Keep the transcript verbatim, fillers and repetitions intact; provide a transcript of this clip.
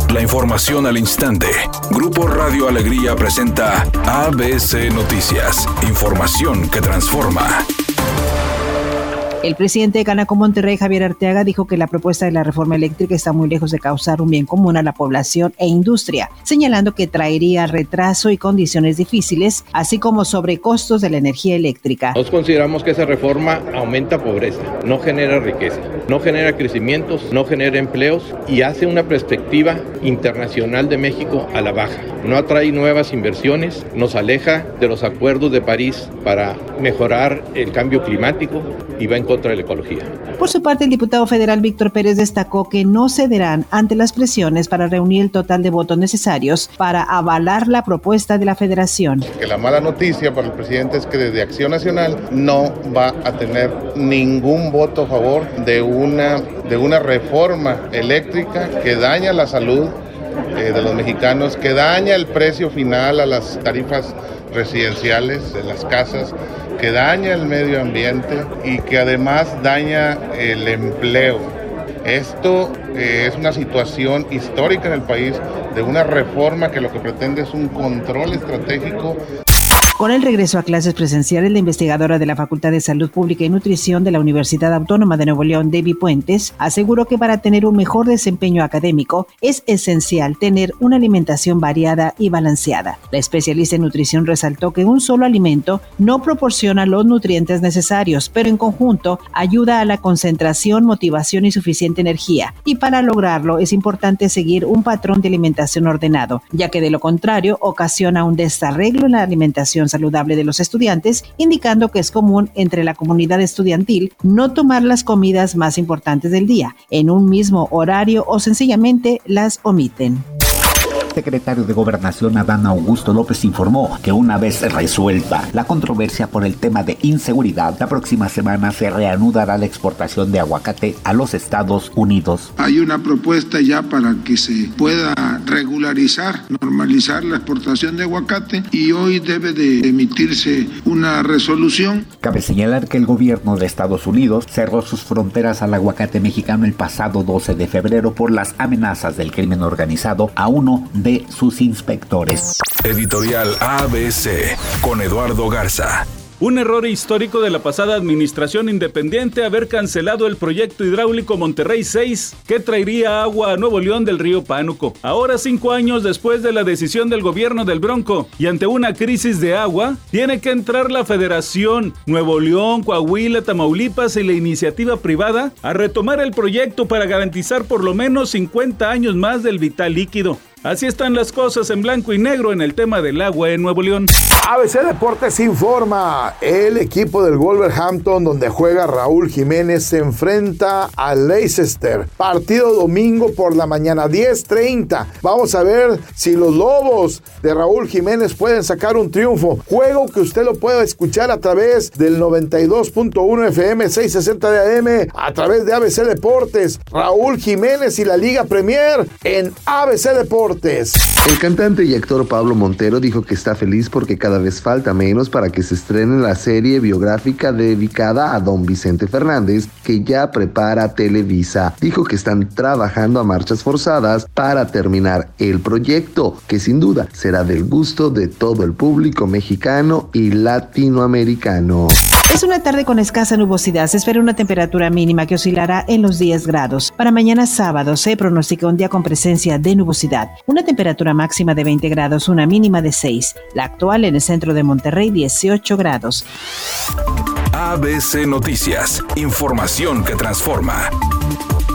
La información al instante. Grupo Radio Alegría presenta A B C Noticias. Información que transforma. El presidente de Canaco Monterrey, Javier Arteaga, dijo que la propuesta de la reforma eléctrica está muy lejos de causar un bien común a la población e industria, señalando que traería retraso y condiciones difíciles, así como sobrecostos de la energía eléctrica. Nosotros consideramos que esa reforma aumenta pobreza, no genera riqueza, no genera crecimientos, no genera empleos y hace una perspectiva internacional de México a la baja. No atrae nuevas inversiones, nos aleja de los acuerdos de París para mejorar el cambio climático y va en contra de la ecología. Por su parte, el diputado federal Víctor Pérez destacó que no cederán ante las presiones para reunir el total de votos necesarios para avalar la propuesta de la federación. Que la mala noticia para el presidente es que desde Acción Nacional no va a tener ningún voto a favor de una, de una reforma eléctrica que daña la salud eh, de los mexicanos, que daña el precio final a las tarifas residenciales de las casas, que daña el medio ambiente y que además daña el empleo. Esto eh, es una situación histórica en el país de una reforma que lo que pretende es un control estratégico. Con el regreso a clases presenciales, la investigadora de la Facultad de Salud Pública y Nutrición de la Universidad Autónoma de Nuevo León, Debbie Puentes, aseguró que para tener un mejor desempeño académico es esencial tener una alimentación variada y balanceada. La especialista en nutrición resaltó que un solo alimento no proporciona los nutrientes necesarios, pero en conjunto ayuda a la concentración, motivación y suficiente energía. Y para lograrlo es importante seguir un patrón de alimentación ordenado, ya que de lo contrario ocasiona un desarreglo en la alimentación saludable de los estudiantes, indicando que es común entre la comunidad estudiantil no tomar las comidas más importantes del día en un mismo horario o sencillamente las omiten. El secretario de Gobernación, Adán Augusto López, informó que una vez resuelta la controversia por el tema de inseguridad, la próxima semana se reanudará la exportación de aguacate a los Estados Unidos. Hay una propuesta ya para que se pueda regularizar, normalizar la exportación de aguacate y hoy debe de emitirse una resolución. Cabe señalar que el gobierno de Estados Unidos cerró sus fronteras al aguacate mexicano el pasado doce de febrero por las amenazas del crimen organizado a uno de sus inspectores. Editorial A B C con Eduardo Garza. Un error histórico de la pasada administración independiente haber cancelado el proyecto hidráulico Monterrey seis, que traería agua a Nuevo León del río Pánuco. Ahora, cinco años después de la decisión del gobierno del Bronco y ante una crisis de agua, tiene que entrar la Federación, Nuevo León, Coahuila, Tamaulipas y la iniciativa privada a retomar el proyecto para garantizar por lo menos cincuenta años más del vital líquido. Así están las cosas en blanco y negro en el tema del agua en Nuevo León. A B C Deportes informa. El equipo del Wolverhampton, donde juega Raúl Jiménez, se enfrenta a Leicester. Partido domingo por la mañana, diez treinta. Vamos a ver si los Lobos de Raúl Jiménez pueden sacar un triunfo. Juego que usted lo puede escuchar a través del noventa y dos punto uno F M, seiscientos sesenta de A M, a través de A B C Deportes. Raúl Jiménez y la Liga Premier en A B C Deportes. El cantante y actor Pablo Montero dijo que está feliz porque cada vez falta menos para que se estrene la serie biográfica dedicada a don Vicente Fernández, que ya prepara Televisa. Dijo que están trabajando a marchas forzadas para terminar el proyecto, que sin duda será del gusto de todo el público mexicano y latinoamericano. Es una tarde con escasa nubosidad. Se espera una temperatura mínima que oscilará en los diez grados. Para mañana sábado se pronostica un día con presencia de nubosidad. Una temperatura máxima de veinte grados, una mínima de seis. La actual en el centro de Monterrey, dieciocho grados. A B C Noticias. Información que transforma.